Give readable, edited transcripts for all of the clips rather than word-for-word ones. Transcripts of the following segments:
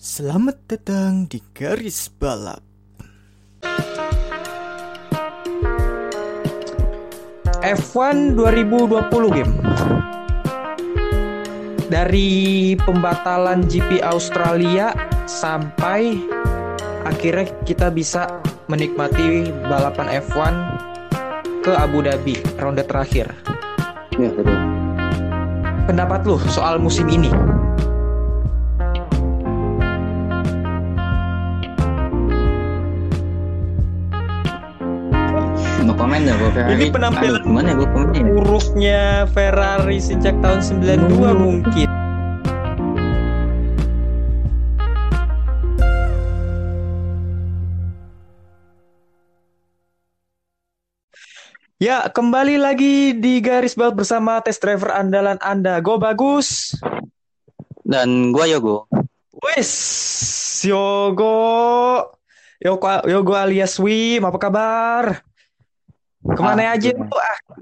Selamat datang di Garis Balap. F1 2020 game. Dari pembatalan GP Australia sampai akhirnya kita bisa menikmati balapan F1 ke Abu Dhabi ronde terakhir. Ya, betul. Pendapat lu soal musim ini? No comment ya, gue Ferrari. Ini penampilan gimana ya gue komennya? buruknya Ferrari sejak tahun 92 mungkin. Ya, kembali lagi di Garis Balap bersama test driver andalan Anda. Go Bagus. Dan gue Yogo. Wes, Yogo. Yogo alias Wim, apa kabar? Kemana aja lu?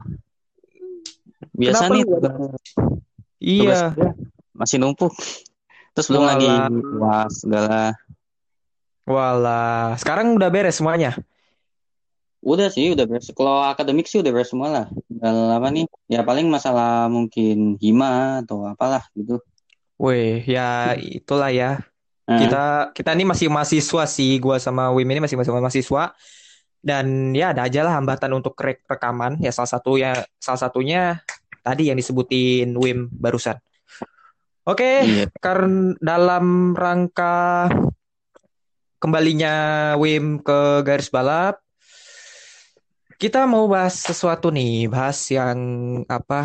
Biasa Kenapa nih lu? tugas Iya. gue masih numpuk. Terus belum lagi Walah. was segala. Walah, sekarang udah beres semuanya. Udah sih, udah beres. Kalau akademik sih udah beres semua lah. Tinggal apa nih? Ya paling masalah mungkin hima atau apalah gitu. Weh, ya itulah ya. Nah, Kita ini masih mahasiswa sih, gua sama Wim ini masih mahasiswa. Dan ya ada aja lah hambatan untuk rekaman. Ya salah satunya tadi yang disebutin Wim barusan. Oke, iya. karena dalam rangka kembalinya Wim ke garis balap, kita mau bahas sesuatu nih, bahas yang apa?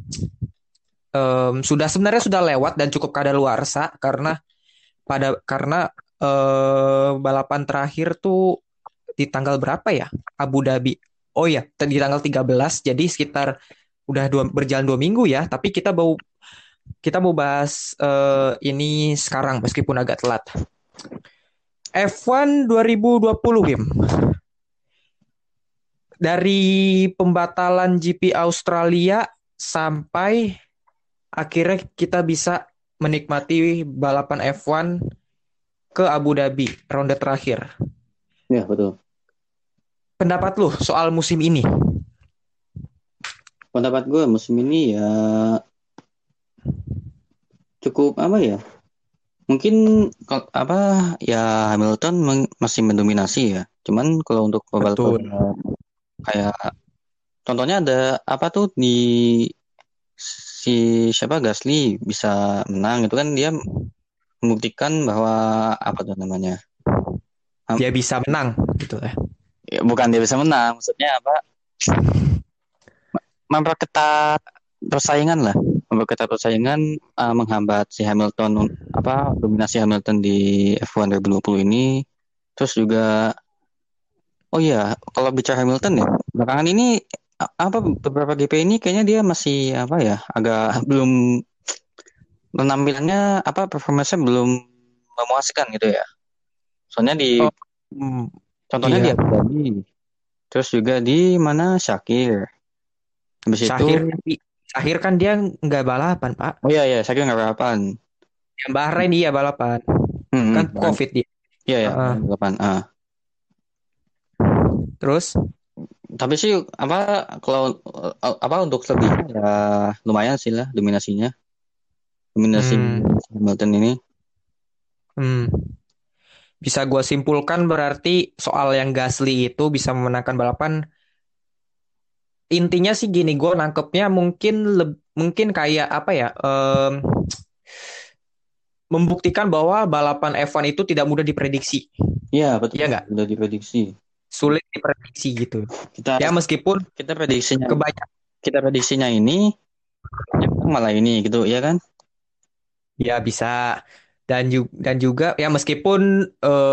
Sebenarnya sudah lewat dan cukup kadaluarsa karena balapan terakhir tuh di tanggal berapa ya? Abu Dhabi. Oh ya, di tanggal 13. Jadi sekitar udah berjalan 2 minggu ya. Tapi kita mau bahas ini sekarang meskipun agak telat. F1 2020 game. Dari pembatalan GP Australia sampai akhirnya kita bisa menikmati balapan F1 ke Abu Dhabi ronde terakhir. Ya, betul. Pendapat lu soal musim ini? Pendapat gue musim ini ya cukup apa ya? Mungkin apa ya Hamilton masih mendominasi ya. Cuman kalau untuk pembalap Betul. kayak contohnya ada apa tuh di si siapa Gasly bisa menang itu kan dia membuktikan bahwa apa tuh namanya Dia bisa menang gitu ya. ya, bukan dia bisa menang maksudnya apa memperketat persaingan lah memperketat persaingan menghambat si Hamilton apa dominasi Hamilton di F1 2020 ini terus juga oh iya kalau bicara Hamilton ya belakangan ini apa beberapa GP ini kayaknya dia masih apa ya agak belum penampilannya apa performanya belum memuaskan gitu ya. Soalnya di Oh, hmm, contohnya iya. di Abu Dhabi, terus juga di mana Shakir. Habis itu Syahir kan dia nggak balapan, Pak. oh iya ya Shakir nggak balapan. Yang Bahrain dia balapan. Kan Bahkan COVID dia. iya ya Heeh. balapan. Terus Tapi sih apa kalau apa untuk selebihnya ya lumayan sih lah dominasinya. Dominasi hmm, Hamilton ini. hmm, bisa gue simpulkan berarti soal yang Gasly itu bisa memenangkan balapan. Intinya sih gini, gue nangkepnya mungkin kayak apa ya? Membuktikan bahwa balapan F1 itu tidak mudah diprediksi. Iya betul Iya nggak? udah diprediksi. Sulit diprediksi gitu. Kita Ya meskipun kita prediksinya kebanyakan kita prediksinya ini malah ini gitu ya kan? ya bisa dan juga ya meskipun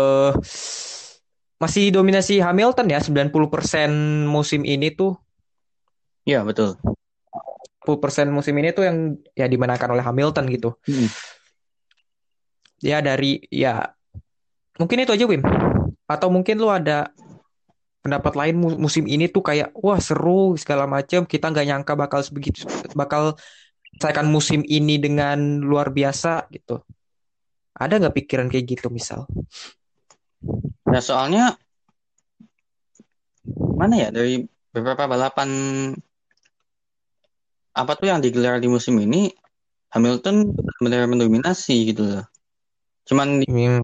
masih dominasi Hamilton ya 90% musim ini tuh Iya betul. 10% musim ini tuh yang ya dimenangkan oleh Hamilton gitu. Hmm. Ya dari ya mungkin itu aja Wim. Atau mungkin lu ada pendapat lain musim ini tuh kayak wah seru segala macam kita nggak nyangka bakal selesaikan musim ini dengan luar biasa gitu. Ada nggak pikiran kayak gitu misal? Ya soalnya mana ya, dari beberapa balapan apa tuh yang digelar di musim ini, Hamilton benar-benar mendominasi gitu loh. Cuman Hmm,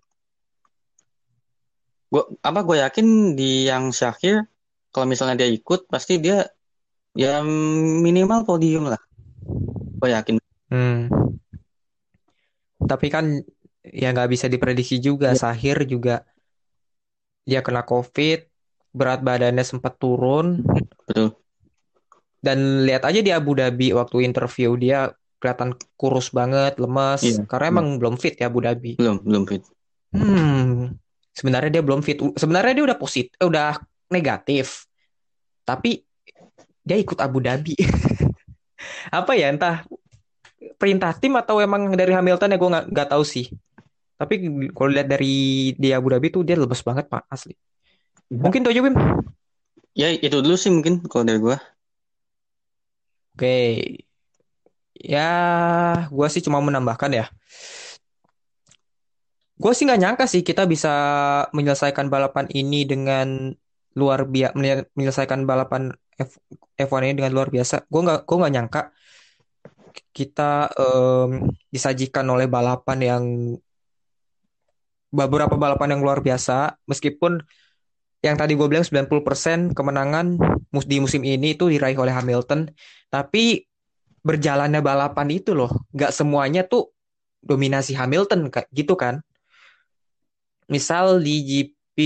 gue yakin di yang Syakir, kalau misalnya dia ikut pasti dia ya minimal podium lah. Gue yakin. hmm. Tapi kan ya nggak bisa diprediksi juga. Ya, Sahir juga dia kena COVID, berat badannya sempat turun. betul. Dan lihat aja di Abu Dhabi waktu interview dia kelihatan kurus banget, lemes. Iya, Karena iya. emang belum fit ya Abu Dhabi. Belum fit. Hmm, sebenarnya dia belum fit. Sebenarnya dia udah positif, udah negatif. Tapi dia ikut Abu Dhabi. Apa ya entah perintah tim atau emang dari Hamilton ya gue nggak tahu sih. Tapi kalau lihat dari di Abu Dhabi tuh dia lemes banget pak asli. Ya, Mungkin tuh aja Bim. ya itu dulu sih mungkin kalau dari gue. Oke, ya gue sih cuma menambahkan ya. Gue sih nggak nyangka sih kita bisa menyelesaikan balapan ini dengan luar biasa, menyelesaikan balapan F1 ini dengan luar biasa. Gue nggak nyangka kita disajikan oleh balapan yang beberapa balapan yang luar biasa. Meskipun yang tadi gue bilang 90% kemenangan di musim ini itu diraih oleh Hamilton, tapi berjalannya balapan itu loh, nggak semuanya tuh dominasi Hamilton kayak gitu kan. Misal di GP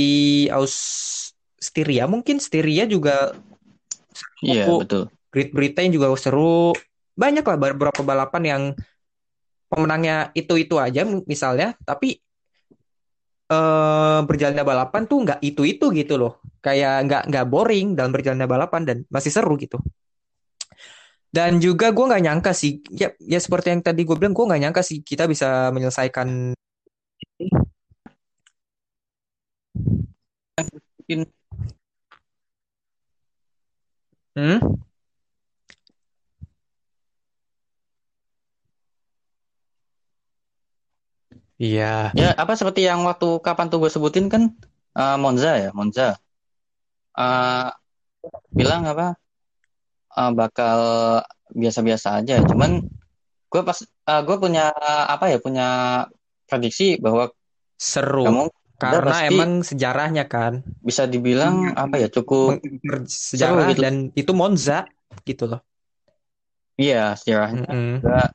Austria mungkin Styria juga Iya, seru, betul. Great Britain juga seru. Banyak lah beberapa balapan yang pemenangnya itu aja misalnya, tapi berjalannya balapan tuh nggak itu gitu loh. Kayak nggak boring dalam berjalannya balapan dan masih seru gitu. Dan juga gue nggak nyangka sih, ya, ya seperti yang tadi gue bilang, gue nggak nyangka sih kita bisa menyelesaikan. Mungkin Hmm? Iya. ya apa seperti yang waktu kapan tuh gue sebutin kan, Monza ya, Monza. Eh, bilang apa, bakal biasa-biasa aja. Cuman gue punya apa ya, punya prediksi bahwa Seru kamu udah karena pasti emang sejarahnya kan bisa dibilang apa ya, cukup seru bersejarah gitu. dan itu Monza gitu loh. Iya, sejarahnya juga. Mm-mm.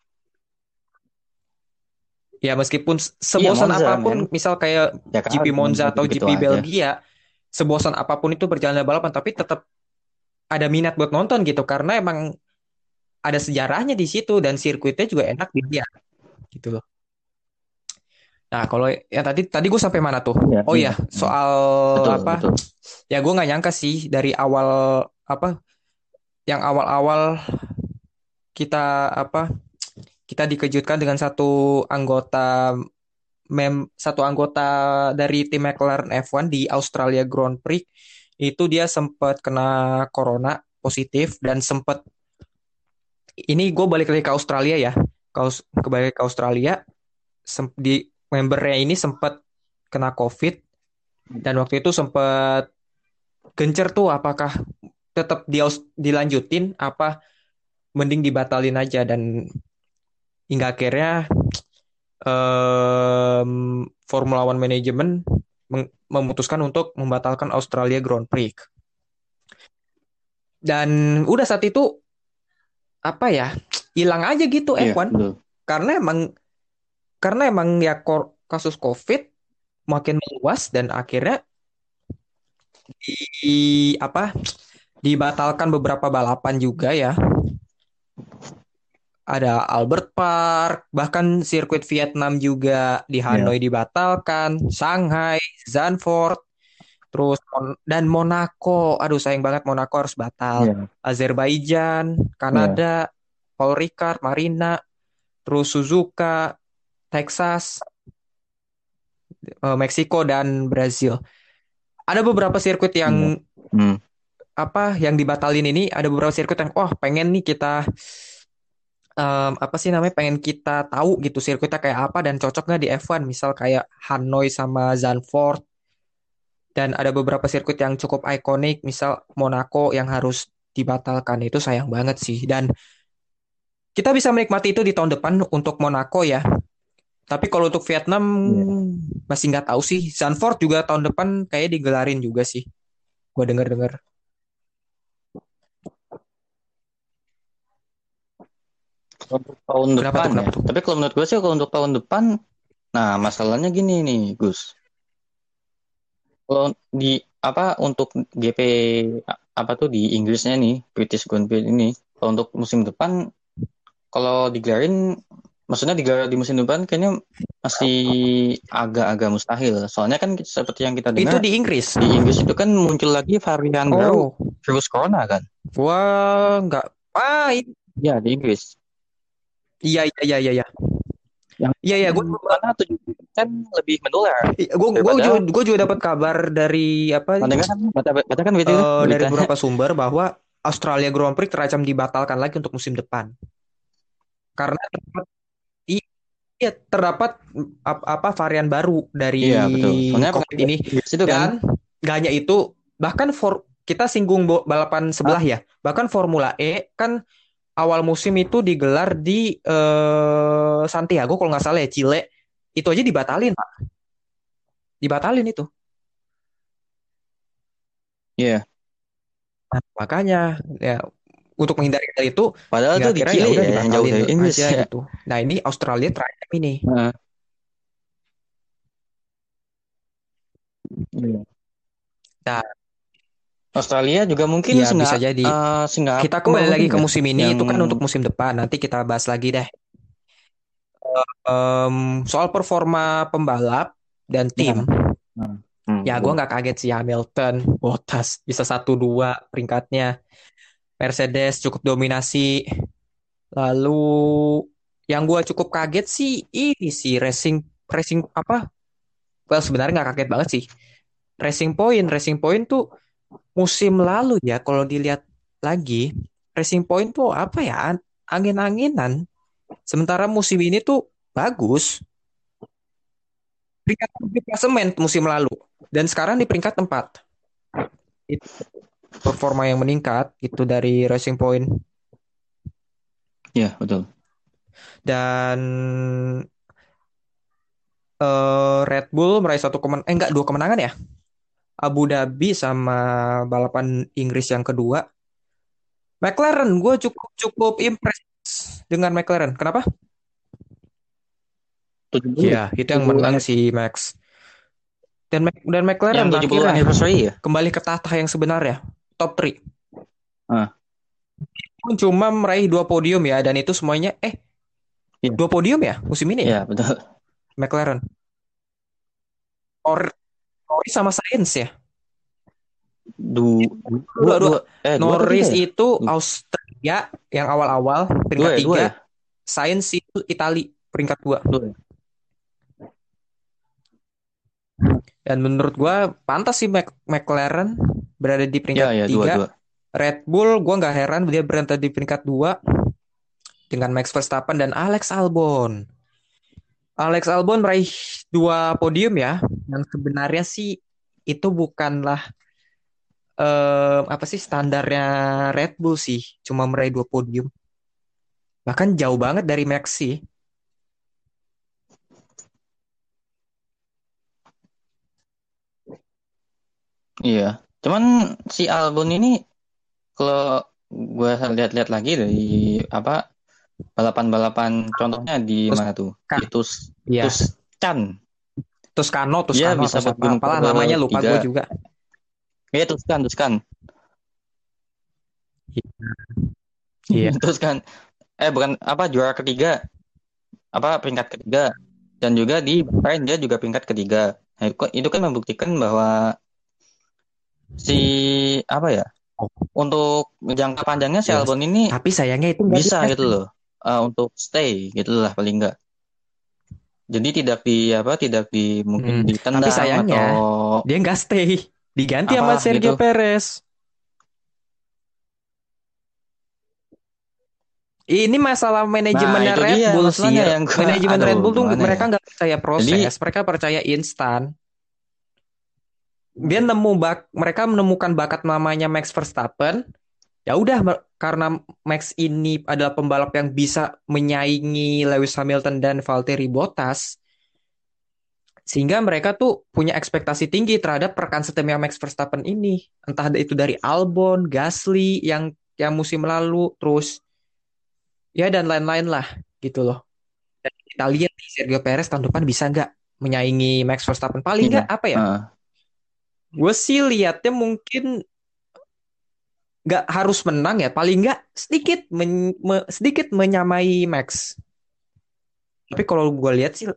Ya meskipun Iya, sebosan Monza men, apapun misal kayak ya GP kali Monza Monza atau gitu-gitu GP aja. Belgia, sebosan apapun itu berjalan balapan tapi tetap ada minat buat nonton gitu karena emang ada sejarahnya di situ dan sirkuitnya juga enak dilihat gitu loh. Nah, kalau ya tadi tadi gue sampai mana tuh? Iya, Oh iya. iya, soal Betul, apa? betul. Ya gue nggak nyangka sih dari awal apa yang awal-awal kita apa kita dikejutkan dengan satu anggota dari tim McLaren F1 di Australia Grand Prix itu dia sempat kena corona positif dan sempat ini gue balik lagi ke Australia ya balik ke Australia di membernya ini sempat kena COVID dan waktu itu sempat gencer tuh apakah tetap dilanjutin apa mending dibatalin aja dan hingga akhirnya Formula One Management memutuskan untuk membatalkan Australia Grand Prix. Dan udah saat itu apa ya hilang aja gitu Iya, F1 betul. karena emang ya kasus COVID makin meluas dan akhirnya apa dibatalkan beberapa balapan juga ya. Ada Albert Park, bahkan sirkuit Vietnam juga di Iya, Hanoi dibatalkan, Shanghai, Zandvoort, terus dan Monaco. Aduh sayang banget Monaco harus batal. iya, Azerbaijan, iya, Kanada, Paul Ricard, Marina, terus Suzuka, Texas, Meksiko dan Brazil. Ada beberapa sirkuit iya. yang Hmm. apa yang dibatalin ini, ada beberapa sirkuit yang pengen nih kita apa sih namanya, pengen kita tahu gitu sirkuitnya kayak apa dan cocok nggak di F1, misal kayak Hanoi sama Zandvoort, dan ada beberapa sirkuit yang cukup ikonik misal Monaco yang harus dibatalkan. Itu sayang banget sih, dan kita bisa menikmati itu di tahun depan untuk Monaco ya, tapi kalau untuk Vietnam Iya. masih nggak tahu sih. Zandvoort juga tahun depan kayak digelarin juga sih, gue denger-dengar. Untuk tahun Kenapa depan tuh, ya. kenapa tuh? Tapi kalau menurut gue sih kalau untuk tahun depan, nah masalahnya gini nih, Gus. Kalau di apa untuk GP apa tuh di Inggrisnya nih, British Grand Prix ini, kalau untuk musim depan, kalau digelarin, maksudnya digelar di musim depan kayaknya masih agak-agak mustahil. Soalnya kan seperti yang kita Itu dengar di Inggris. di Inggris itu kan muncul lagi varian baru Oh, virus corona kan? gua nggak. Ya di Inggris. Iya, iya, iya, iya, iya. Yang Iya, iya, gue mana 70% lebih menular gue daripada juga gue juga dapat kabar dari apa, pandangan kan baca kan berita itu dari beritanya. beberapa sumber bahwa Australia Grand Prix terancam dibatalkan lagi untuk musim depan karena terdapat apa varian baru dari Iya betul. Soalnya COVID ini. Inggris itu kan. Dan gak hanya itu, bahkan kita singgung balapan Ah, sebelah ya, bahkan Formula E kan awal musim itu digelar di Santiago kalau nggak salah ya, Chile. Itu aja dibatalin, Pak. Dibatalin itu. iya. Nah, makanya ya, untuk menghindari hal itu, Padahal nggak tuh di kira ya Chile udah ya yang jauh dibatalin dari Inggris aja ya. gitu. Nah, ini Australia terancam ini. Nah, iya. Nah, Australia juga mungkin ya bisa jadi. Kita Singapura kembali lagi mungkin ke ya musim ini, yang itu kan untuk musim depan. Nanti kita bahas lagi deh. Soal performa pembalap dan ya. tim. Nah, Ya, gue betul. nggak kaget sih Hamilton, Bottas bisa 1-2 peringkatnya. Mercedes cukup dominasi. Lalu yang gue cukup kaget sih ini sih Racing Racing apa? Well, sebenarnya nggak kaget banget sih. Racing Point tuh musim lalu ya kalau dilihat lagi, Racing Point tuh apa ya? Angin-anginan. Sementara musim ini tuh bagus. Peringkat di klasemen musim lalu dan sekarang di peringkat 4. Itu performa yang meningkat itu dari Racing Point. Iya, betul. Dan Red Bull meraih enggak, 2 kemenangan ya. Abu Dhabi sama balapan Inggris yang kedua. McLaren, gue cukup cukup impress dengan McLaren. Kenapa? 70 Ya, itu yang 70 menang si Max. Dan yang McLaren 70 akhirnya anniversary ya? kembali ke tahta yang sebenarnya, top 3. Ah, Pun cuma meraih 2 podium ya, dan itu semuanya 2 podium ya musim ini ya, iya, betul. McLaren. Norris sama Sainz ya. Dua, dua, Dua, dua. dua, dua atau tiga Norris ya? itu Dua, Austria yang awal-awal dua peringkat ya, dua 3. ya? Sainz itu Itali peringkat 2. Dua ya? Dan menurut gua pantas sih McLaren berada di Ya, peringkat ya, dua, 3. dua. Red Bull gua nggak heran dia berada di peringkat 2 dengan Max Verstappen dan Alex Albon. Alex Albon meraih 2 podium ya, yang sebenarnya sih itu bukanlah apa sih standarnya Red Bull sih, cuma meraih 2 podium. Bahkan jauh banget dari Max sih. Iya. Cuman si Albon ini kalau gue lihat-lihat lagi dari apa balapan-balapan contohnya di Terus mana tuh? kan, Itu ya, Chan. Dia Tuscano bisa atau siapa, podium apalah namanya lupa ketiga. gue juga. Ya, Tuscan. Iya. Terus kan bukan apa juara ketiga, apa peringkat ketiga dan juga di Bahrain dia juga peringkat ketiga. Nah, itu kan membuktikan bahwa si apa ya untuk jangka panjangnya si Jelas. Albon ini Tapi sayangnya itu nggak bisa dites. gitu loh untuk stay gitu lah paling enggak. Jadi tidak di mungkin Tapi ditendang sayangnya atau dia nggak stay. Diganti sama apalah gitu. Sergio Perez. Ini masalah Nah, manajemennya itu Red dia Bull masalahnya sih. yang gua, Manajemen aduh, Red Bull tuh gimana ya? mereka nggak percaya Jadi, proses, mereka percaya instan. Mereka menemukan bakat namanya Max Verstappen. Ya udah, karena Max ini adalah pembalap yang bisa menyaingi Lewis Hamilton dan Valtteri Bottas, sehingga mereka tuh punya ekspektasi tinggi terhadap rekan setimnya Max Verstappen ini. Entah itu dari Albon, Gasly yang musim lalu, terus ya dan lain-lain lah gitu loh. Dan kita lihat nih Sergio Perez tahun depan bisa nggak menyaingi Max Verstappen? Paling iya. nggak apa ya? Gue sih lihatnya mungkin nggak harus menang ya, paling nggak sedikit menyamai Max. Tapi kalau gue lihat sih,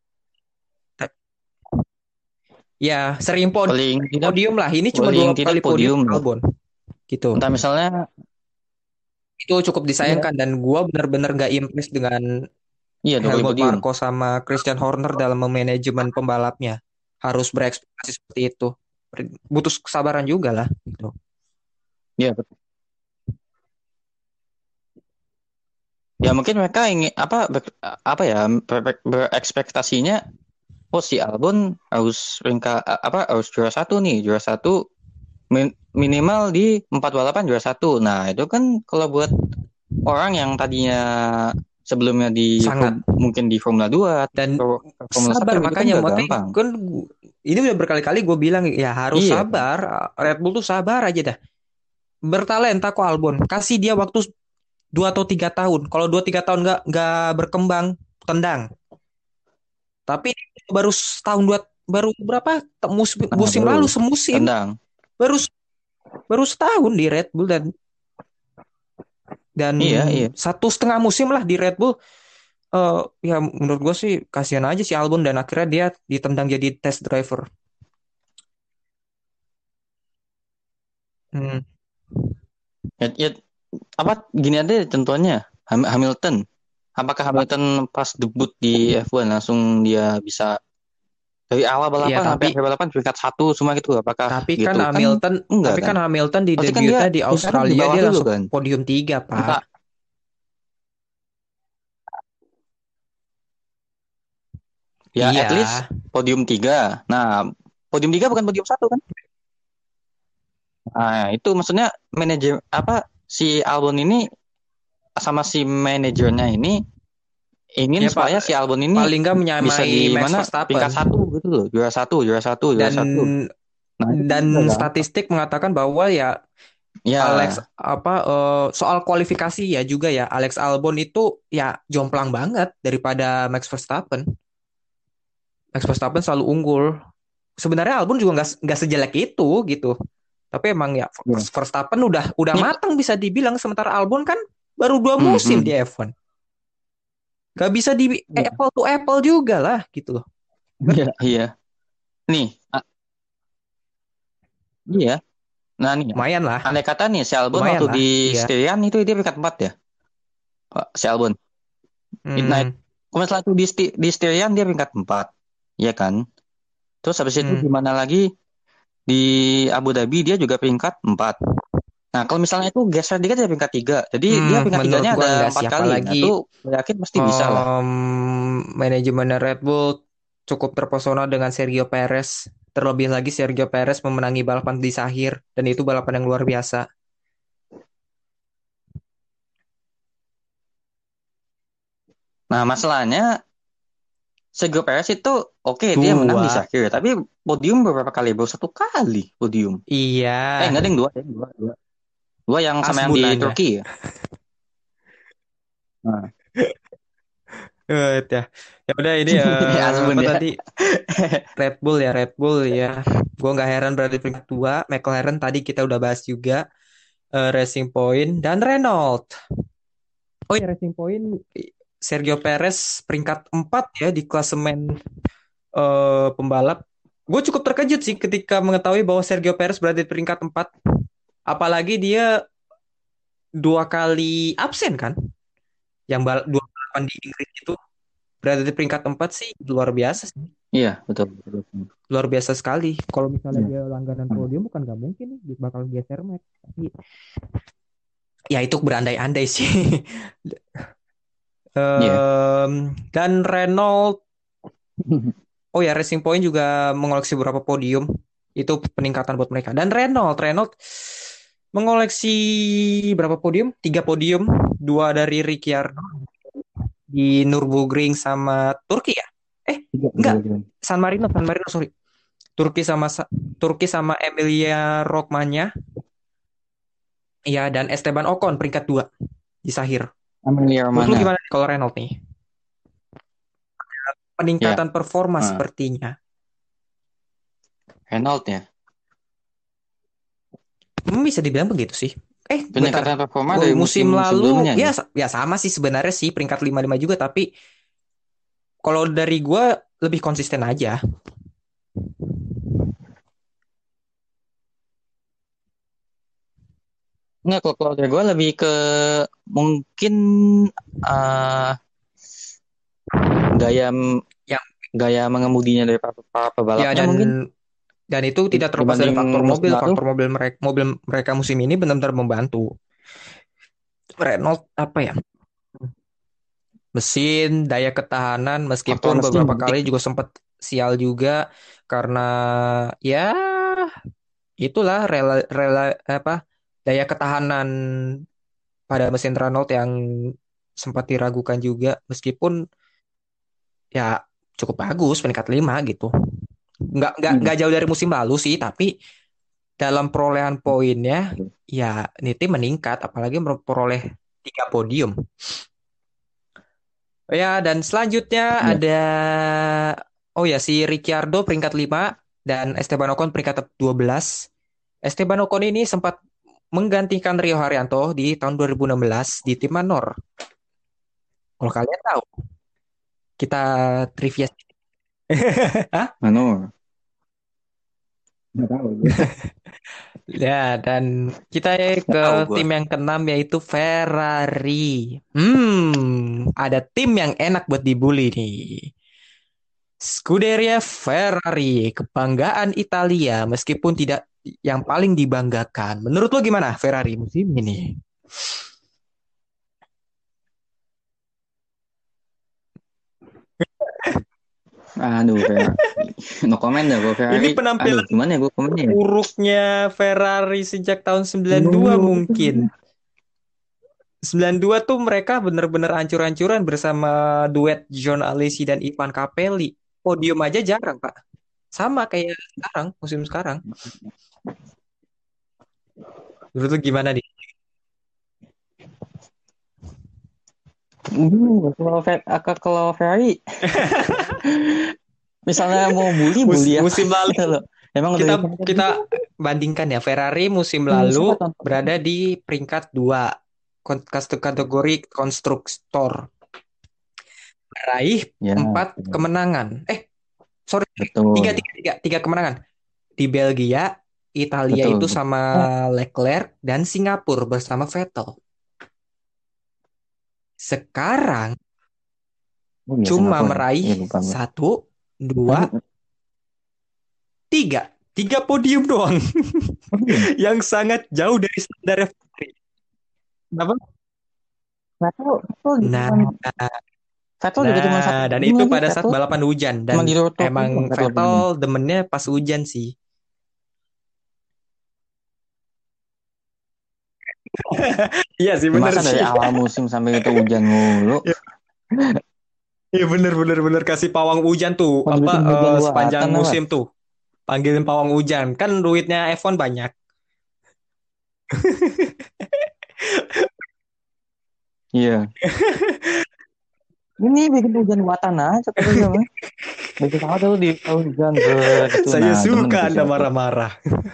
ya sering paling tidak podium lah. Ini cuma paling dua tidak kali podium podium lah. Albon gitu. Entah misalnya, Itu cukup iya, disayangkan dan gue benar-benar nggak impress dengan iya 2 kali Helmut podium. Marko sama Christian Horner dalam memanajemen pembalapnya. Harus berekspektasi seperti itu. Butuh kesabaran juga lah gitu. Iya, betul. Ya mungkin mereka ingin apa ya, berekspektasinya, oh si Albon harus peringkat harus juara satu nih, juara satu minimal di 4 balapan juara satu. Nah itu kan kalau buat orang yang tadinya sebelumnya Sangat. mungkin di Formula 2 Dan atau Formula sabar 1 itu kan makanya gak gampang. kan ini udah berkali-kali gue bilang ya harus Iya kan? sabar. Red Bull tuh sabar aja dah. Bertalenta kok Albon. Kasih dia waktu 2 atau 3 tahun. Kalau 2 3 tahun nggak berkembang, tendang. Tapi baru setahun dua, baru berapa musim, Nah musim baru lalu semusim, tendang. baru baru setahun di Red Bull dan Iya, iya. 1,5 musim lah di Red Bull. Ya menurut gue sih kasihan aja si Albon dan akhirnya dia ditendang jadi test driver. Hmm. Ya, gini aja contohnya, Hamilton. Apakah Hamilton pas debut di F1 langsung dia bisa dari awal Iya balapan sampai tapi akhir balapan peringkat satu semua gitu? Apakah tapi kan gitu? Kan Hamilton enggak tapi kan? kan Hamilton di Pasti kan dia debutnya di misalnya di Australia bawah dia dulu langsung kan? podium 3 Pak. Entah, ya Iya. at least podium 3. Nah, podium 3 bukan podium satu kan? Nah, itu maksudnya manajer si Albon ini sama si manajernya ini ingin Ya Pak, supaya si Albon ini paling nggak bisa menyamai di Max mana Verstappen peringkat satu gitu loh, juara satu, juara satu, juara dan satu. Nah, itu kan dan juga gampang. statistik mengatakan bahwa ya Alex Ya, soal kualifikasi ya juga ya Alex Albon itu ya jomplang banget daripada Max Verstappen. Max Verstappen selalu unggul. Sebenarnya Albon juga nggak sejelek itu gitu. Tapi emang ya ya. Verstappen udah Ini, matang bisa dibilang sementara Albon kan baru 2 musim di hmm. F1. Gak bisa di Ya, apple to apple juga lah gitu loh. iya, iya. Nih, iya. Nah, nih, Lumayan lah, andai kata nih si Albon lumayan waktu di lah. Iya. Styrian itu dia peringkat 4 ya, si Albon. Nah, Hmm, kalau misalnya itu di Styrian dia peringkat 4, ya kan? Terus habis itu hmm. gimana lagi di Abu Dhabi dia juga peringkat 4. Nah, kalau misalnya itu geser dikit dia peringkat 3. Jadi dia peringkat Menurut tiganya gua ada enggak 4 sih kali. Nah, apalagi tuh gue yakin pasti bisa lah. manajemen Red Bull cukup terpesona dengan Sergio Perez. Terlebih lagi Sergio Perez memenangi balapan di Sahir dan itu balapan yang luar biasa. Nah, masalahnya Sergio Perez itu oke dia menang di Dua. Sakir, tapi podium beberapa kali? Baru 1 kali podium. Iya, Enggak ding, dua, dua, dua. Dua yang sama yang di asbunanya. Turki ya. Nah, Ya, ya udah ini Asbun apa ya. tadi Red Bull ya. Gue nggak heran berada di peringkat 2. McLaren tadi kita udah bahas juga. Racing Point dan Renault. Oh ya Racing Point Sergio Perez peringkat 4 ya di klasemen pembalap. Gue cukup terkejut sih ketika mengetahui bahwa Sergio Perez berada di peringkat 4. Apalagi dia 2 kali absen kan. Dua balapan di Inggris itu berada di peringkat 4 sih luar biasa sih. Iya, betul, betul, betul. Luar biasa sekali. Kalau misalnya Iya. dia langganan podium bukan gak mungkin nih bakal geser Max. Tapi ya itu berandai-andai sih. Iya. Dan Renault, oh ya, Racing Point juga mengoleksi beberapa podium. Itu peningkatan buat mereka. Dan Renault mengoleksi berapa podium? 3 podium, 2 dari Ricciardo di Nürburgring sama Turki ya? Tiga, tiga, Enggak, tiga. San Marino sorry. Turki sama Emilia Romagna, ya dan Esteban Ocon peringkat 2 di Sahir. Amelia Menurut lu Romana. gimana nih kalau Renault nih? Ya. Peningkatan performa Ah, sepertinya. Renault ya. Bisa dibilang begitu sih. Bentar. Peningkatan performa dari Musim musim lalu sebelumnya ya nih. ya sama sih sebenarnya sih peringkat 5-5 juga, tapi kalau dari gua lebih konsisten aja. Enggak, kalau dari gue lebih ke mungkin eh gaya Yang gaya mengemudinya dari para ya pebalapnya dan mungkin dan itu tidak terlepas dari dibanding musim lalu. faktor mobil mereka musim ini benar-benar membantu. Renault apa ya? Mesin, daya ketahanan, Faktor meskipun mesin beberapa penting. kali juga sempat sial juga karena ya itulah apa daya ketahanan pada mesin Renault yang sempat diragukan juga, meskipun ya cukup bagus peringkat 5 gitu. Nggak Iya. jauh dari musim lalu sih, tapi dalam perolehan poinnya ya ini tim meningkat, apalagi memperoleh 3 podium. Oh ya, dan selanjutnya Iya. ada oh ya si Ricciardo peringkat 5 dan Esteban Ocon peringkat 12. Esteban Ocon ini sempat menggantikan Rio Haryanto di tahun 2016 di tim Manor. Kalau kalian tahu, kita trivia. Hah? Manor. Nggak tahu gue. Ya, dan kita Nggak ke tahu gue. tim yang keenam yaitu Ferrari. Ada tim yang enak buat dibully nih. Scuderia Ferrari, kebanggaan Italia meskipun tidak yang paling dibanggakan. Menurut lo gimana Ferrari musim ini? Aduh, Ferrari. No comment dah gue Ini Ferrari. Aduh, penampilan gimana ya gue komennya ya? buruknya Ferrari sejak tahun 92 mungkin. 92 tuh mereka bener-bener ancur-ancuran bersama duet John Alesi dan Ivan Capelli. Podium aja jarang, Pak. Sama kayak sekarang, musim sekarang. Menurut lu gimana nih? Kalau Ferrari misalnya mau bully apa Musim lalu gitu loh. Emang udah kita dikonten kita gitu. bandingkan ya, Ferrari musim lalu Siapa contoh? berada di peringkat 2 kategori konstruktor, meraih Ya, 4 kemenangan. Sorry, tiga, betul. tiga, tiga, 3 kemenangan di Belgia, Italia Betul. itu sama Leclerc, dan Singapura bersama Vettel. Sekarang Oh iya, cuma Singapura ya. meraih Iya, lupa gue. 1, 2, 3 podium doang, Oh iya. yang sangat jauh dari standar Ferrari. Kenapa? Vettel juga Nah, cuma Vettel juga cuma satu dan podium itu lagi. pada saat Vettel balapan hujan, dan cuma di Roto emang doang Vettel Vettel podium. demennya pas hujan sih. Iya sih, Ya, bener masa dari sih. awal musim sampai itu hujan mulu. Iya, bener kasih pawang hujan tuh Mau apa dibikin hujan sepanjang buatan apa? musim tuh panggilin pawang hujan, kan duitnya F1 banyak. Iya. Ini bikin hujan buatan aja kata gue mah. Bikin sama tuh di hujan gitu. Saya Nah, demen suka tuh Anda siapa? marah-marah.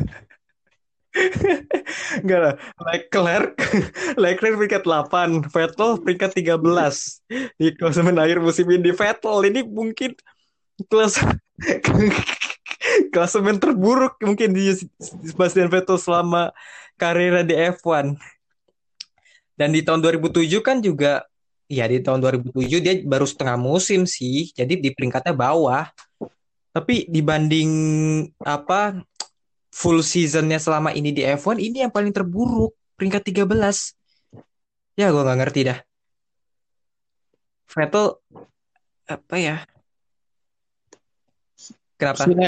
Enggak lah. Leclerc, Leclerc peringkat 8, Vettel peringkat 13 di klasemen akhir musim ini. Vettel ini mungkin kelas klasemen terburuk mungkin di Sebastian Vettel selama karirnya di F1. Dan di tahun 2007 kan juga, ya di tahun 2007 dia baru setengah musim sih, jadi di peringkatnya bawah. Tapi dibanding apa full seasonnya selama ini di F1, ini yang paling terburuk, peringkat 13. Ya gue nggak ngerti dah. Vettel apa ya? Si, Kenapa? Le-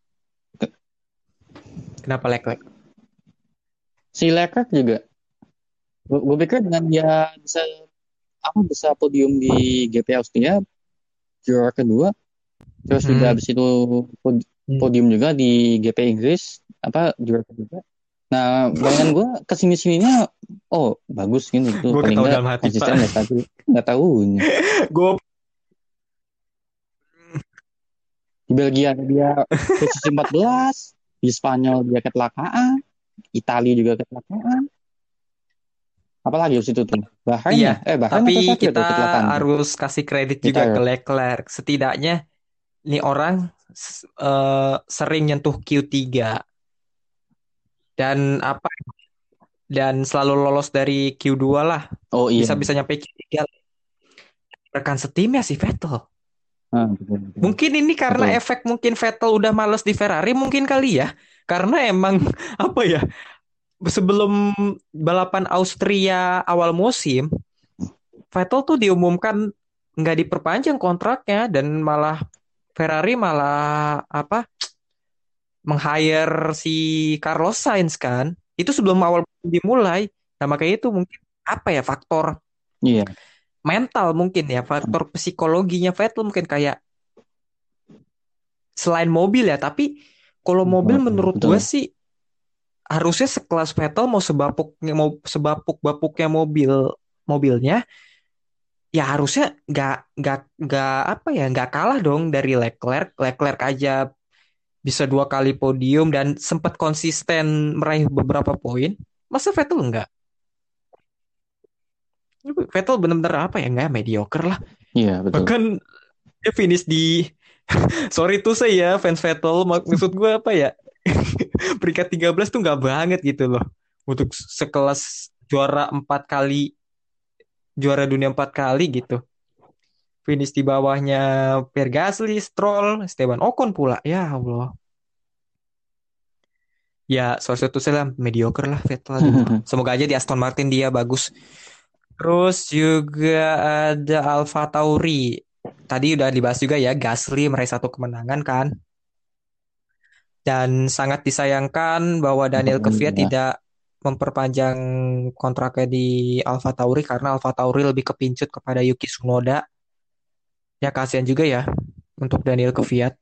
Kenapa lag-lag? si Leclerc juga. Gue pikir dengan dia bisa podium di GP Austria juara kedua, terus juga Hmm. habis itu Hmm. podium juga di GP Inggris apa juara kedua. Nah, bayangan gue kesini sininya, oh bagus gitu, Gue paling ketawa nggak dalam hati, konsisten Pak. ya satu, nggak tahu. Gue Di Belgia dia posisi 14, di Spanyol dia kecelakaan, Italia juga kecelakaan. Apalagi habis itu tuh Bahrain iya, ya? Bahrain tapi atau Sakir kita tuh kecelakaan tuh. harus kasih kredit juga ke Retire. Leclerc. Setidaknya nih orang sering nyentuh Q3 dan apa dan selalu lolos dari Q2 lah. Oh iya. Bisa-bisa nyampe Q3. Rekan setimnya si Vettel. Betul, betul. Mungkin ini karena Betul. efek mungkin Vettel udah males di Ferrari mungkin kali ya. Karena emang apa ya, sebelum balapan Austria awal musim, Vettel tuh diumumkan nggak diperpanjang kontraknya dan malah Ferrari malah apa meng-hire si Carlos Sainz kan. Itu sebelum awal musim dimulai. Nah, makanya itu mungkin apa ya faktor Iya. mental mungkin ya, faktor psikologinya Vettel mungkin kayak selain mobil ya, tapi kalau mobil menurut gue Betul. sih harusnya sekelas Vettel mau sebapuk bapuknya mobilnya ya harusnya nggak apa ya nggak kalah dong dari Leclerc. Leclerc aja bisa 2 kali podium dan sempat konsisten meraih beberapa poin. Masa Vettel enggak? Vettel benar-benar apa ya nggak mediocre lah. Iya, betul. Bahkan dia finish di sorry tuh saya fans Vettel maksud gue apa ya peringkat 13 tuh nggak banget gitu loh untuk sekelas juara 4 kali juara dunia 4 kali gitu. Finish di bawahnya Pierre Gasly, Stroll, Esteban Ocon pula. Ya Allah. Ya, salah satu saya mediocre lah Vettel. Aduh. Semoga aja di Aston Martin dia bagus. Terus juga ada Alfa Tauri. Tadi udah dibahas juga ya, Gasly meraih 1 kemenangan kan. Dan sangat disayangkan bahwa Daniel Kvyat Ya. tidak memperpanjang kontraknya di Alfa Tauri karena Alfa Tauri lebih kepincut kepada Yuki Tsunoda. Ya kasihan juga ya untuk Daniel Kvyat.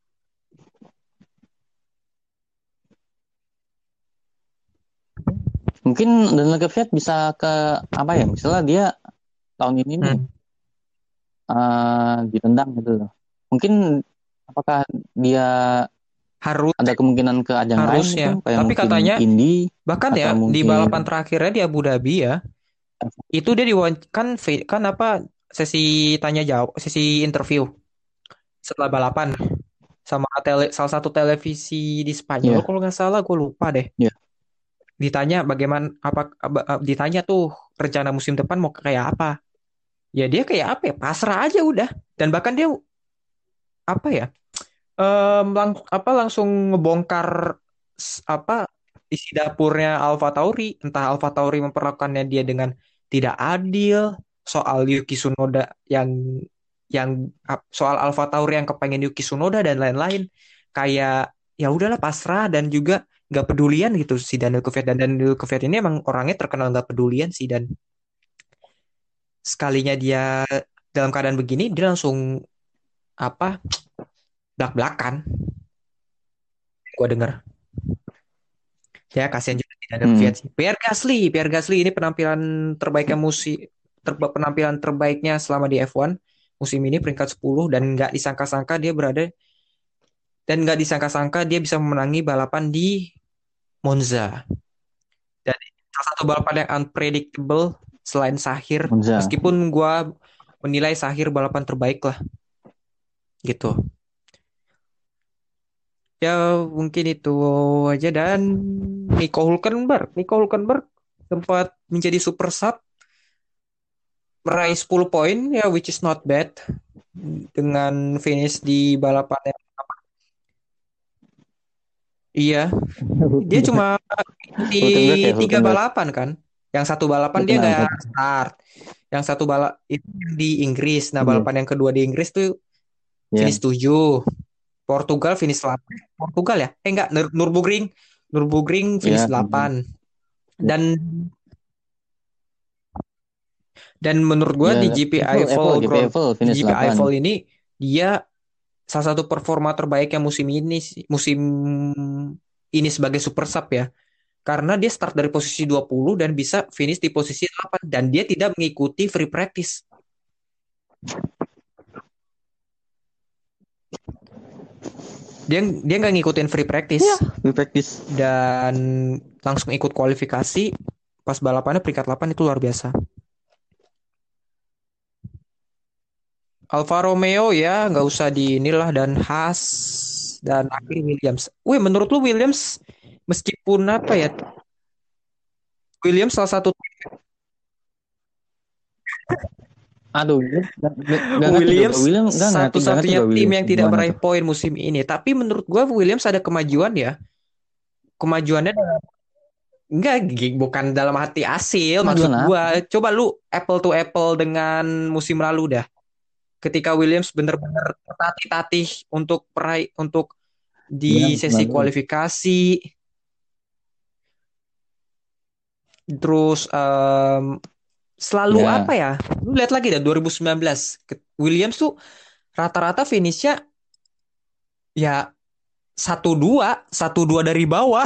Mungkin Daniel Kvyat bisa ke apa ya? Misalnya dia tahun ini nih Hmm. ditendang gitu loh. Mungkin apakah dia Harus ada kemungkinan ke ajang lain gitu, harusnya. kayak Tapi mungkin katanya Indy bahkan ya atau di mungkin balapan terakhirnya di Abu Dhabi ya, itu dia kan apa sesi tanya jawab, sesi interview setelah balapan sama salah satu televisi di Spanyol ya, kalau nggak salah gue lupa deh. ya. Ditanya bagaimana ditanya tuh rencana musim depan mau kayak apa. Ya dia kayak apa ya pasrah aja udah. Dan bahkan dia apa ya langsung ngebongkar apa isi dapurnya Alfa Tauri, entah Alfa Tauri memperlakukannya dia dengan tidak adil, soal Yuki Tsunoda yang soal Alfa Tauri yang kepengen Yuki Tsunoda dan lain-lain. Kayak ya udahlah pasrah dan juga nggak pedulian gitu si Daniel Kvyat, dan Daniel Kvyat ini emang orangnya terkenal nggak pedulian sih, dan sekalinya dia dalam keadaan begini dia langsung apa belak-belakan gue denger. Ya kasihan juga tidak ada Hmm. Fiat sih. Pierre Gasly ini penampilan terbaiknya penampilan terbaiknya selama di F1 musim ini peringkat 10 dan nggak disangka-sangka dia bisa memenangi balapan di Monza. Dan salah satu balapan yang unpredictable selain Sahir, Monza. meskipun gua menilai Sahir balapan terbaik lah gitu. Ya mungkin itu aja. Dan Nico Hulkenberg sempat menjadi super sub meraih 10 poin ya which is not bad dengan finish di balapan yang iya dia cuma di Hulkenberg ya, tiga Hulkenberg. balapan kan, yang satu balapan dia Hulkenberg. nggak start, Yang satu balap itu di Inggris. Nah, Iya, balapan yang kedua di Inggris tuh iya, finish 7. Portugal finish 8. Portugal ya? Enggak, Nürburgring. Nürburgring finish iya, 8. Dan menurut gua iya. di GP Eiffel, Eiffel GP Grand Eiffel di finish GP 8. Eiffel ini dia salah satu performa terbaiknya musim ini musim ini sebagai super sub ya. Karena dia start dari posisi 20 dan bisa finish di posisi 8 dan dia tidak mengikuti free practice. Dia nggak ngikutin free practice Iya, we practice. dan langsung ikut kualifikasi pas balapannya peringkat 8 itu luar biasa. Alfa Romeo ya nggak usah di inilah dan Haas dan akhirnya Williams. Wih, menurut lu Williams meskipun apa ya? Williams salah satu Aduh, nggak ngerti tuh. Williams William nggak ngerti satu-satunya gak tim Williams yang tidak gimana meraih tuh? poin musim ini. Tapi menurut gua Williams ada kemajuan ya. Kemajuannya enggak bukan dalam arti hasil maksud Kemajuan gua. apa? Coba lu apple to apple dengan musim lalu dah. Ketika Williams bener-bener tertatih-tatih untuk Iya, di musim sesi lalu. kualifikasi, terus selalu apa Ya, ya? Lu lihat lagi dah 2019 Williams tuh rata-rata finishnya ya 1-2 dari bawah,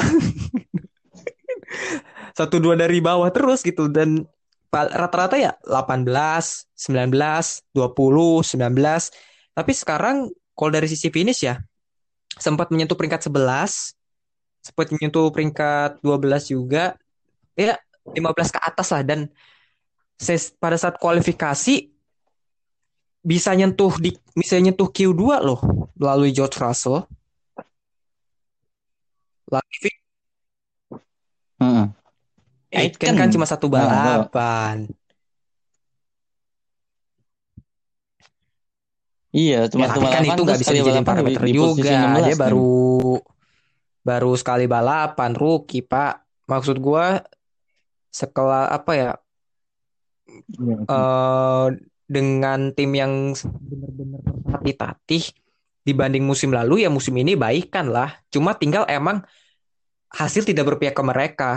1-2 dari bawah terus gitu dan rata-rata ya 18, 19, 20, 19. Tapi sekarang kalau dari sisi finish ya sempat menyentuh peringkat 11, sempat menyentuh peringkat 12 juga. Ya 15 ke atas lah dan pada saat kualifikasi bisa nyentuh Q2 loh melalui George Russell. Lagi heeh. Aitken Icon. kan cuma satu Kalau balapan. iya, Ya cuma satu tapi kan balapan itu nggak terus bisa sekali dijadiin balapan parameter di posisi juga. Dia 16 baru lagi. baru sekali balapan rookie Pak. Maksud gua sekelas apa ya Iya, eh dengan tim yang benar-benar tertatih-tatih dibanding musim lalu ya musim ini baikan lah. Cuma tinggal emang hasil tidak berpihak ke mereka.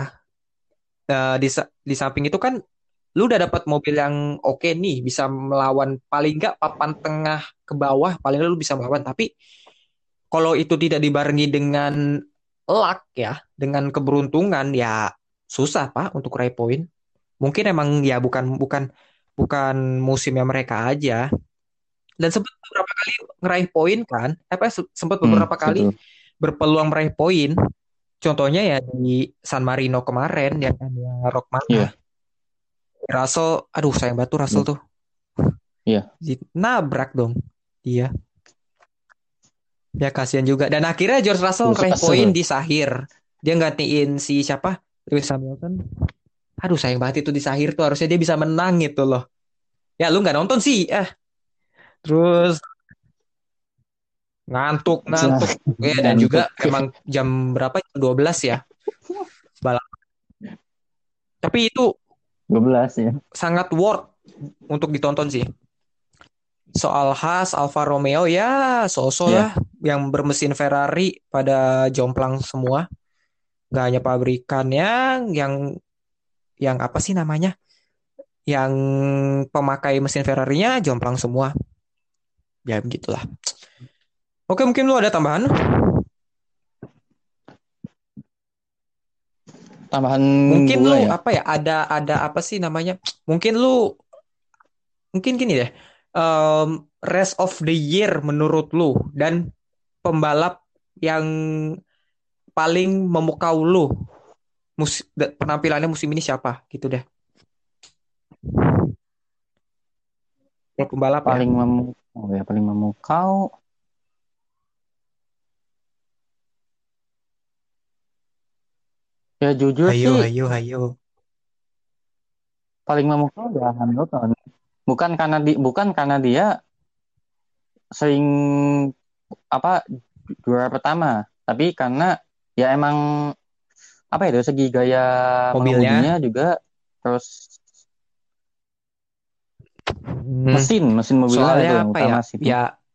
Di samping itu kan lu udah dapat mobil yang oke nih bisa melawan paling nggak papan tengah ke bawah paling nggak lu bisa melawan tapi kalau itu tidak dibarengi dengan luck ya dengan keberuntungan ya susah Pak untuk raih poin mungkin emang ya bukan bukan bukan musimnya mereka aja dan sempat beberapa kali ngeraih poin kan apa sempat beberapa kali betul. berpeluang meraih poin contohnya ya di San Marino kemarin yang ada Rock Mana Iya, Russell aduh sayang banget tuh Russell iya, tuh iya. nabrak dong dia ya kasihan juga dan akhirnya George Russell Terus ngeraih poin kesel. di Sahir dia gantiin si siapa Lewis Hamilton aduh sayang banget itu di Sahir tuh harusnya dia bisa menang gitu loh ya lu nggak nonton sih terus ngantuk ngantuk ya dan juga Ngantuk. emang jam berapa 12 ya balap tapi itu 12 ya. sangat worth untuk ditonton sih soal Haas Alfa Romeo ya so-so Iya, lah yang bermesin Ferrari pada jomplang semua nggak hanya pabrikannya yang apa sih namanya yang pemakai mesin Ferrari-nya jomplang semua ya begitulah oke mungkin lu ada tambahan tambahan mungkin gua lu ya. apa ya ada apa sih namanya mungkin lu mungkin gini deh rest of the year menurut lu dan pembalap yang paling memukau lu penampilannya musim ini siapa gitu deh ya pembalap ya Paling memukau. Ya jujur hayo sih hayo hayo paling memukau ya Hamilton. Bukan karena dia sering apa juara pertama, tapi karena ya emang apa ya dari segi gaya mobilnya mengemudinya juga terus Mesin mobilnya itu Soalnya yang apa ya? utama sih itu.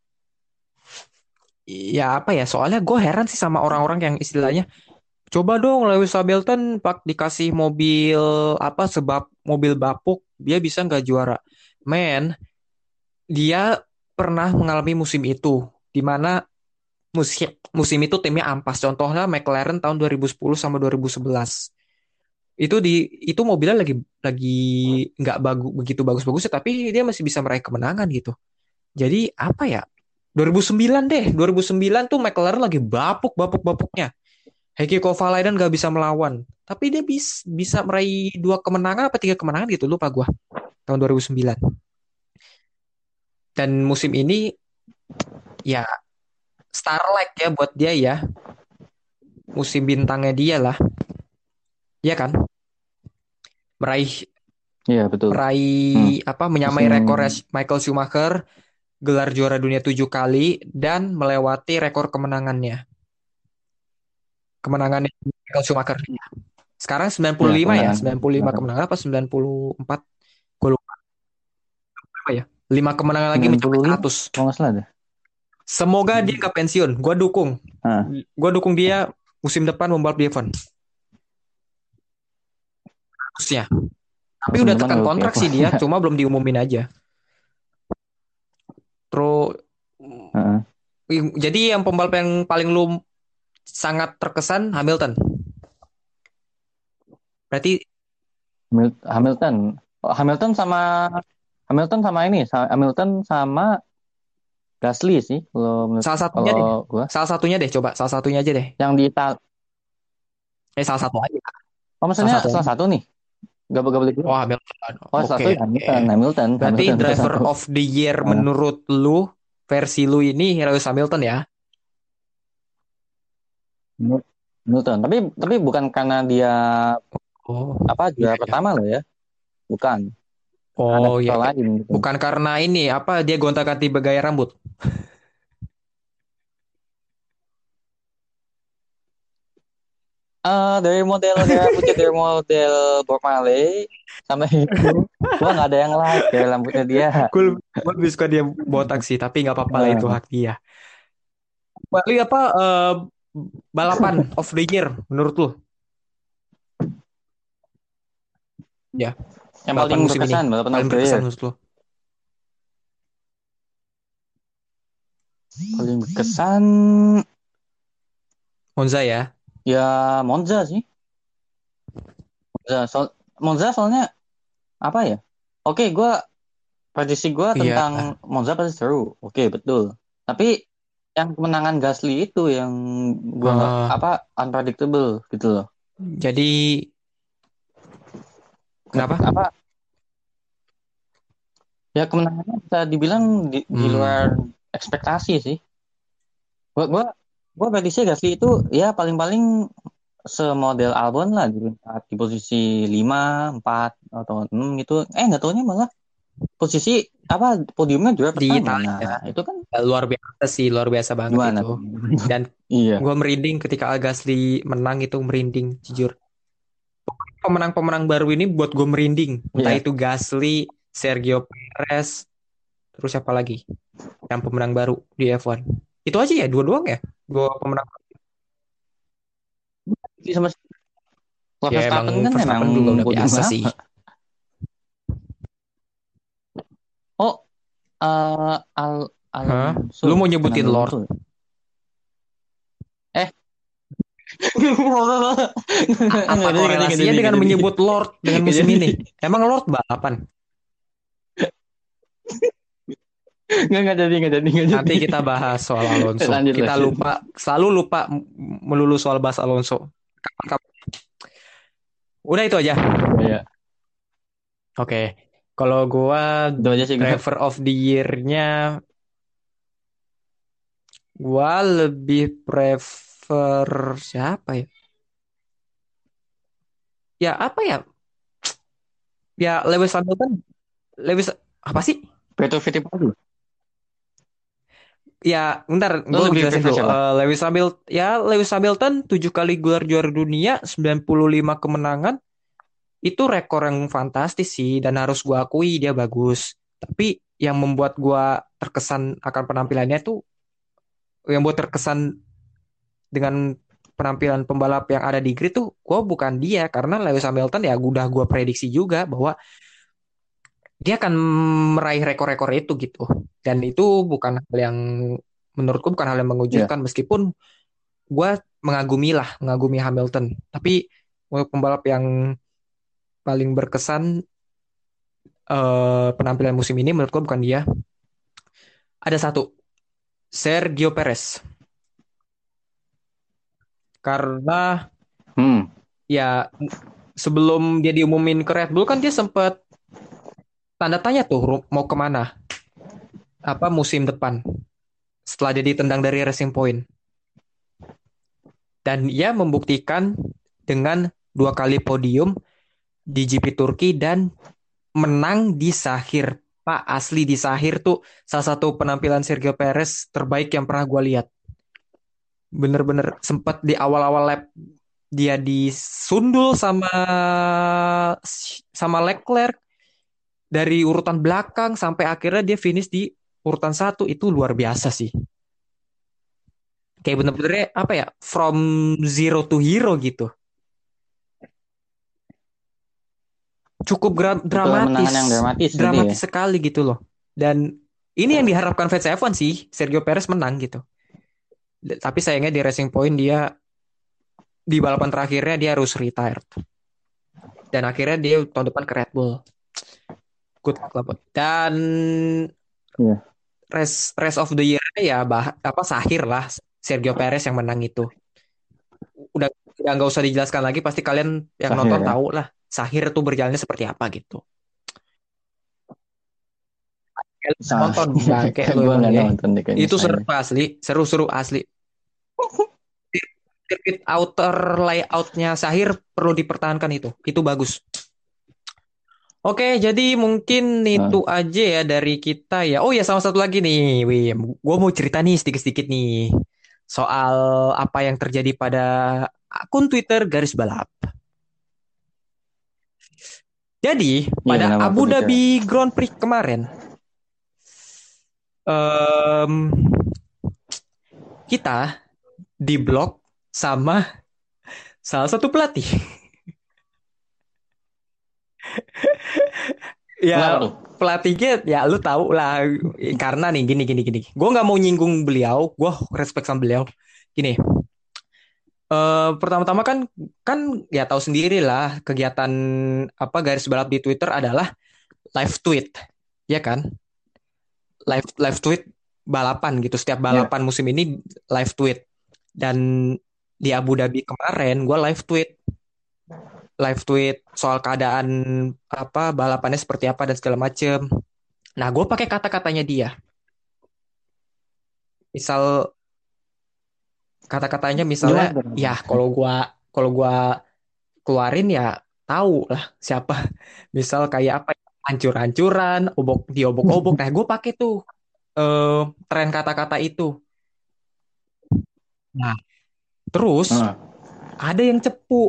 Ya apa ya? Soalnya gue heran sih sama orang-orang yang istilahnya coba dong Lewis Hamilton pak dikasih mobil apa sebab mobil bapuk dia bisa nggak juara. Men, dia pernah mengalami musim itu di mana musim musim itu timnya ampas. Contohnya McLaren tahun 2010 sama 2011. Itu mobilnya lagi nggak begitu bagus-bagusnya tapi dia masih bisa meraih kemenangan gitu. Jadi apa ya? 2009 deh. 2009 tuh McLaren lagi bapuk-bapuk-bapuknya. Heikki Kovalainen nggak bisa melawan. Tapi dia bisa meraih 2 kemenangan apa 3 kemenangan gitu lupa gua tahun 2009. Dan musim ini ya Starlight ya buat dia ya. Musim bintangnya dia lah. Iya kan? Meraih Iya betul. meraih apa menyamai Musim rekor Michael Schumacher, gelar juara dunia 7 kali dan melewati rekor kemenangannya. Kemenangannya Michael Schumacher. Sekarang ya 95 ya, kemenangan 95 kemenangan apa 94? Gue lupa apa ya. 5 kemenangan lagi mencapai 95 100. kalau nggak salah deh. Semoga dia nggak pensiun. Nah, Gue dukung dia musim depan membalap di F1. Harusnya. Tapi musim udah depan tekan nggak kontrak F1. sih dia, cuma belum diumumin aja. Terus Heeh. jadi yang pembalap yang paling lu sangat terkesan Hamilton. Berarti Hamilton. Oh, Hamilton sama ini, Hamilton sama Gasly sih salah satunya deh. kalau gua. Salah satunya deh, coba salah satunya aja deh. Yang di Italia. Salah satu aja. Oh, Salah maksudnya satu salah aja. satu nih. Gak boleh dua. Oh, Hamilton. Oh, salah Oke, satu ya oke. Berarti Hamilton itu driver satu. of the year Nah, menurut lu versi lu ini Lewis Hamilton ya? Hamilton. Tapi bukan karena dia Oh, apa iya juara ya. pertama loh ya. Bukan. Ada Oh, iya faktor ya. lain gitu. Bukan karena ini apa dia gonta-ganti bergaya rambut. Dari model Bob Marley sampai itu gua nggak ada yang like kayak rambutnya dia. Gue lebih suka dia botak sih, tapi nggak apa-apa lah itu Nah, hak dia. Balik apa balapan of the year menurut lu? Ya, yang balapan paling musim ini berkesan balapan paling of the berkesan year. menurut lu? Paling berkesan Monza ya? ya Monza sih. Monza soalnya apa ya? Oke, prediksi gue Iya. tentang Monza pasti seru. Oke, betul. Tapi yang kemenangan Gasly itu yang gue nggak Eh, apa unpredictable gitu loh. jadi kenapa? Apa ya kemenangannya bisa dibilang di luar Hmm. ekspektasi sih. Gue prediksi Gasly itu ya paling-paling semodel Albon lah di posisi 5 4 atau 6 gitu. Nggak taunya malah posisi apa podiumnya juara Di pertama. Nah, Italia itu kan luar biasa sih, luar biasa banget gimana itu. tuh? Dan Iya. gue merinding ketika Al Gasly menang itu merinding, jujur. Pemenang-pemenang baru ini buat gue merinding. Entah Iya. itu Gasly, Sergio Perez, terus siapa lagi? Yang pemenang baru di F1. Itu aja ya, dua doang ya? Dua pemenang. Sama Max Ya emang Verstappen kan memang Verstappen juga udah podium biasa lama. sih. Oh, Hah? Alonso. Lu mau nyebutin Fernando Lord? Alonso. Eh, Apa korelasinya dengan menyebut Lord dengan Nggak musim jadi. ini? Emang Lord balapan? Nggak jadi. Nanti kita bahas soal Alonso. Lanjut, Kita lanjut. selalu lupa melulu soal bahas Alonso. Kapan-kapan. Udah itu aja. Iya, Oke. Kalau gua itu aja sih gue. driver of the year-nya gua lebih prefer siapa ya? Ya apa ya? Ya Lewis Hamilton. Lewis apa sih? Petro Fittipaldi. Ya, bentar, Lo gue lebih jelasin prefer dulu. siapa? Lewis Hamilton 7 kali gelar juara dunia, 95 kemenangan, itu rekor yang fantastis sih dan harus gue akui dia bagus. Tapi yang membuat gua terkesan akan penampilannya tuh, yang buat terkesan dengan penampilan pembalap yang ada di grid tuh, gua bukan dia, karena Lewis Hamilton ya udah gua prediksi juga bahwa dia akan meraih rekor-rekor itu gitu. Dan itu bukan hal yang, menurutku bukan hal yang Iya. mengejutkan, meskipun gue mengagumi Hamilton. Tapi untuk pembalap yang paling berkesan penampilan musim ini menurut gue bukan dia. Ada satu, Sergio Perez. Karena Hmm. ya sebelum dia diumumin ke Red Bull kan dia sempat tanda tanya tuh mau kemana apa musim depan setelah dia ditendang dari Racing Point. Dan ia membuktikan dengan 2 kali podium di GP Turki dan menang di Sahir. Pak, asli di Sahir tuh salah satu penampilan Sergio Perez terbaik yang pernah gue lihat. Bener-bener sempat di awal-awal lap dia disundul sama sama Leclerc dari urutan belakang sampai akhirnya dia finish di urutan 1. Itu luar biasa sih. Kayak bener-bener apa ya, from zero to hero gitu. Cukup Itu kemenangan yang dramatis gitu ya. dramatis sekali gitu loh. Dan ini yang diharapkan fans F1 sih, Sergio Perez menang gitu. Tapi sayangnya di Racing Point dia di balapan terakhirnya dia harus retired. Dan akhirnya dia tahun depan ke Red Bull. Good luck. Dan Iya. race of the year ya apa Sahir lah, Sergio Perez yang menang itu. Udah nggak usah dijelaskan lagi, pasti kalian yang Sahir nonton ya. tahu lah Sahir tuh berjalannya seperti apa gitu. Nonton bangke lu Gue emang nggak ya. nonton deh kayaknya. Itu seru Sahir. asli, seru-seru asli. Sirkuit outer layoutnya Sahir perlu dipertahankan itu. Itu bagus. Oke, jadi mungkin itu Nah, aja ya dari kita ya. Oh ya, sama satu lagi nih, Wim. Gue mau cerita nih sedikit-sedikit nih soal apa yang terjadi pada akun Twitter Garis Balap. Jadi, iya pada kenapa tuh Abu Twitter? Dhabi Grand Prix kemarin, em, kita diblok sama salah satu pelatih. Kenapa Ya, tuh? pelatihnya ya lu tahu lah, karena nih gini. Gue nggak mau nyinggung beliau, gue respect sama beliau. Gini, pertama-tama kan kan ya tahu sendiri lah kegiatan apa garis balap di Twitter adalah live tweet, ya kan? Live tweet balapan gitu. Setiap Iya. balapan musim ini live tweet. Dan di Abu Dhabi kemarin gue live tweet soal keadaan apa balapannya seperti apa dan segala macem. Nah, gue pakai kata-katanya dia. Misal kata-katanya misalnya Gimana tuh? ya kalau gua keluarin ya tahu lah siapa. Misal kayak apa ya, hancur-hancuran, diobok-obok. Nah, gue pakai tuh eh, tren kata-kata itu. Nah, terus Nah, ada yang cepu,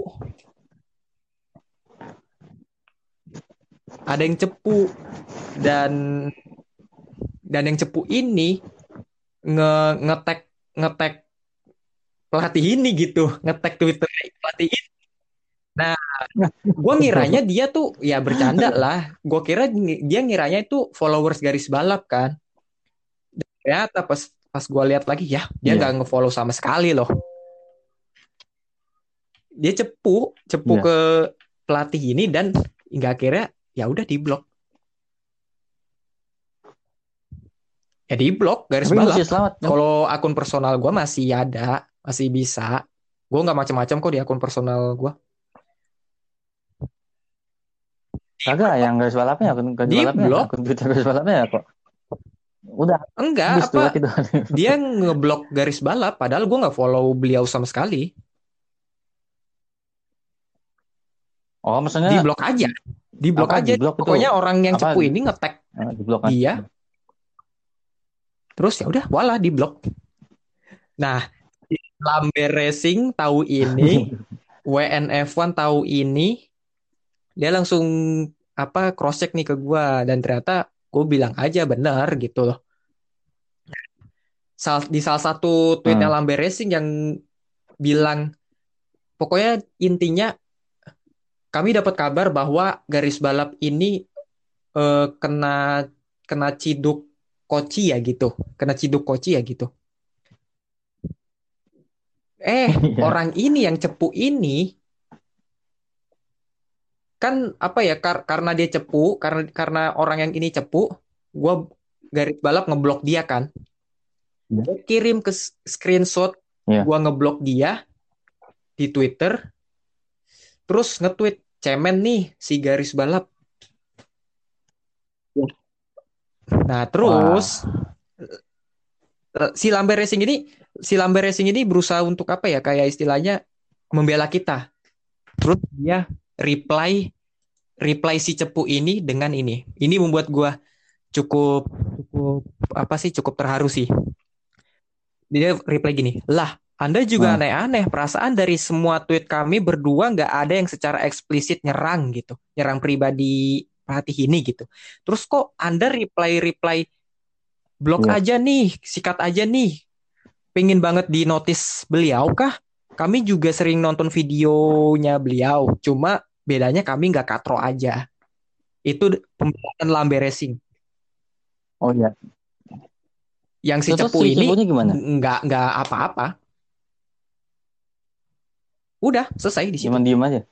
ada yang cepu dan yang cepu ini ngetek ngetek pelatih ini gitu, ngetek Twitter pelatih ini. Nah, gue ngiranya dia tuh ya bercanda lah. Gue kira dia ngiranya itu followers garis balap kan. Ternyata pas pas gue lihat lagi ya dia iya, nggak ngefollow sama sekali loh. Dia cepu iya. ke pelatih ini dan hingga akhirnya ya udah diblok. Ya diblok garis Tapi balap. masih selamat dong. Kalau akun personal gue masih ada, masih bisa. Gue nggak macam-macam kok di akun personal gue. Kagak, yang garis balapnya, Diblok. akun Twitter garis balapnya ya kok. Udah Enggak, habis tuh apa itu. dia ngeblok garis balap padahal gue nggak follow beliau sama sekali. Oh, maksudnya Diblok aja, diblok apa aja. di blok itu? Pokoknya orang yang Apa cepu ini ngetek di blok kan? dia, terus ya udah, walah diblok. Nah, Lambe Racing tahu ini, WNF1 tahu ini, dia langsung apa cross check nih ke gua dan ternyata gue bilang aja bener gitu loh. Di salah satu tweetnya Hmm. Lambe Racing yang bilang, pokoknya intinya kami dapat kabar bahwa garis balap ini kena kena ciduk koci ya gitu, kena ciduk koci ya gitu. Iya. Orang ini yang cepu ini kan apa ya, karena dia cepu, karena orang yang ini cepu, gue garis balap ngeblok dia kan. Iya. Gue kirim ke screenshot Iya. gue ngeblok dia di Twitter, terus nge-tweet cemen nih si garis balap. Nah, terus Wah. si Lambe Racing ini berusaha untuk apa ya, kayak istilahnya membela kita. Terus dia reply reply si cepu ini dengan ini. Ini membuat gua cukup cukup apa sih, cukup terharu sih. Dia reply gini, lah Anda juga Hmm. aneh-aneh. Perasaan dari semua tweet kami berdua nggak ada yang secara eksplisit nyerang gitu, nyerang pribadi pelatih ini gitu. Terus kok Anda reply blok Iya. aja nih, sikat aja nih. Pengen banget di notice beliau kah? Kami juga sering nonton videonya beliau, cuma bedanya kami nggak katro aja. Itu pembelaan Lambe Racing. Oh iya. Yang si Terus cepu si ini Cipunya gimana? nggak apa-apa. Udah selesai di situ. Cuman diem aja.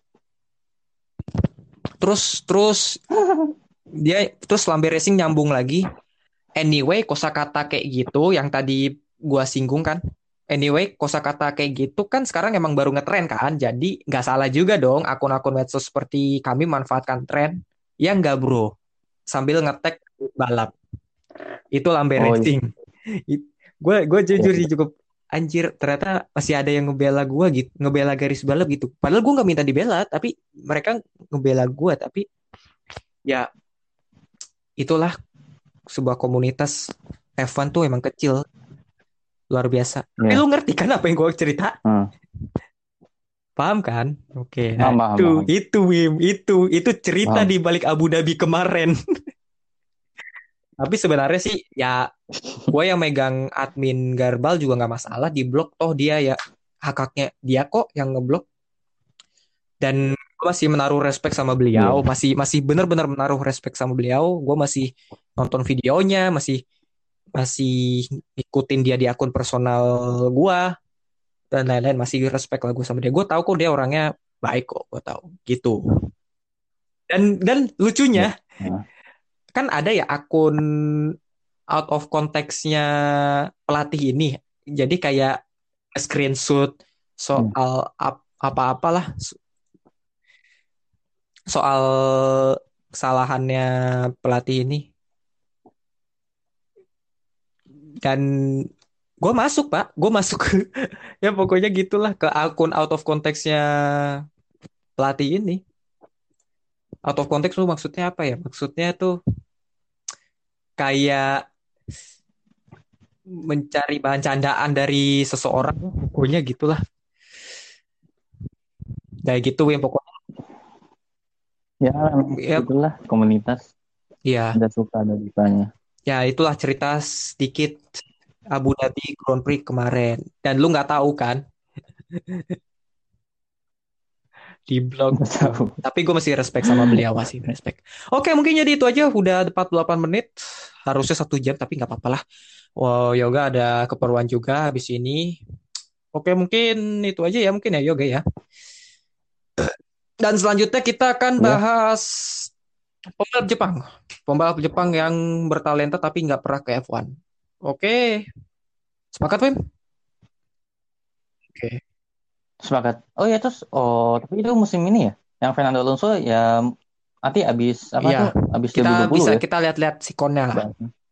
Terus terus terus Lambe Racing nyambung lagi. Anyway, kosakata kayak gitu yang tadi gua singgung kan. Anyway, kosakata kayak gitu kan sekarang emang baru ngetren kan. Jadi nggak salah juga dong akun-akun medsos seperti kami manfaatkan tren. Ya nggak bro. Sambil ngetek balap. Itu Lambe Oh iya. Racing. Gue Iya. jujur sih cukup anjir, ternyata masih ada yang ngebela gue gitu, ngebela garis balap gitu. Padahal gue nggak minta dibela, tapi mereka ngebela gue. Tapi ya itulah, sebuah komunitas F1 tuh emang kecil, luar biasa. Tapi Iya. lu ngerti kan apa yang gue cerita? Hmm. Paham kan? Oke, nah Paham, paham, paham. itu Wim, itu cerita di Paham. balik Abu Dhabi kemarin. Tapi sebenarnya sih ya, gue yang megang admin Garbal juga nggak masalah di blok, toh dia ya hak-haknya dia kok yang ngeblok. Dan gue masih menaruh respect sama beliau, Iya. masih masih benar-benar menaruh respect sama beliau. Gue masih nonton videonya, masih masih ikutin dia di akun personal gue dan lain-lain, masih respect lah gue sama dia. Gue tahu kok dia orangnya baik kok, gue tahu gitu. Dan Iya. lucunya Nah. kan ada ya akun out of context-nya pelatih ini. Jadi kayak screenshot Iya. soal apa-apalah, soal kesalahannya pelatih ini. Dan gue masuk pak, gue masuk ke ya pokoknya gitulah, ke akun out of context-nya pelatih ini. Out of context tuh maksudnya apa ya? Maksudnya tuh kayak mencari bahan candaan dari seseorang, pokoknya gitulah. Kayak gitu yang pokoknya Ya, ya, itulah komunitas. ya Ada suka, ada dukanya. ya itulah cerita sedikit Abu Dhabi Grand Prix kemarin. Dan lu nggak tahu kan di blog. Nggak tahu. Tapi gue masih respect sama beliau, masih respect. Oke, mungkin jadi itu aja. Udah 48 menit. Harusnya 1 jam, tapi nggak apa-apa lah. Wow, Yoga ada keperluan juga habis ini. Oke, mungkin itu aja ya. Mungkin ya Yoga ya. Dan selanjutnya kita akan Ya, bahas pembalap Jepang. Pembalap Jepang yang bertalenta tapi nggak pernah ke F1. Oke, sepakat, Wim? Oke. sepakat. Oh ya, terus tapi itu musim ini ya, yang Fernando Alonso ya nanti habis apa Iya, tuh? Habis kita 2020 bisa ya. kita lihat-lihat sikonnya lah.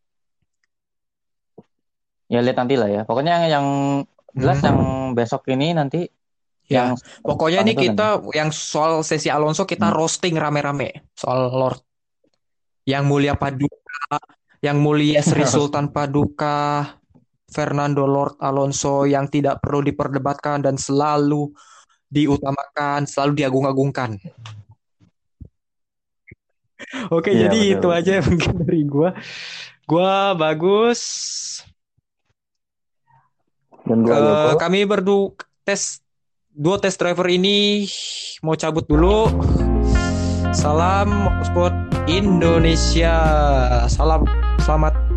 Ya lihat nanti lah ya. Pokoknya yang jelas yang besok ini nanti Ya, yang pokoknya Jepang ini itu kan kita ya. yang soal sesi Alonso kita Hmm. roasting rame-rame soal Lord, yang mulia Paduka, yang mulia Sri Sultan Paduka, Fernando Lord Alonso yang tidak perlu diperdebatkan dan selalu diutamakan, selalu diagung-agungkan. Oke, Iya, jadi betul, itu betul. aja mungkin dari gua. Gua bagus. Dan gua Yoko. Kami tes dua tes driver ini mau cabut dulu. Salam Motorsport Indonesia. Salam, selamat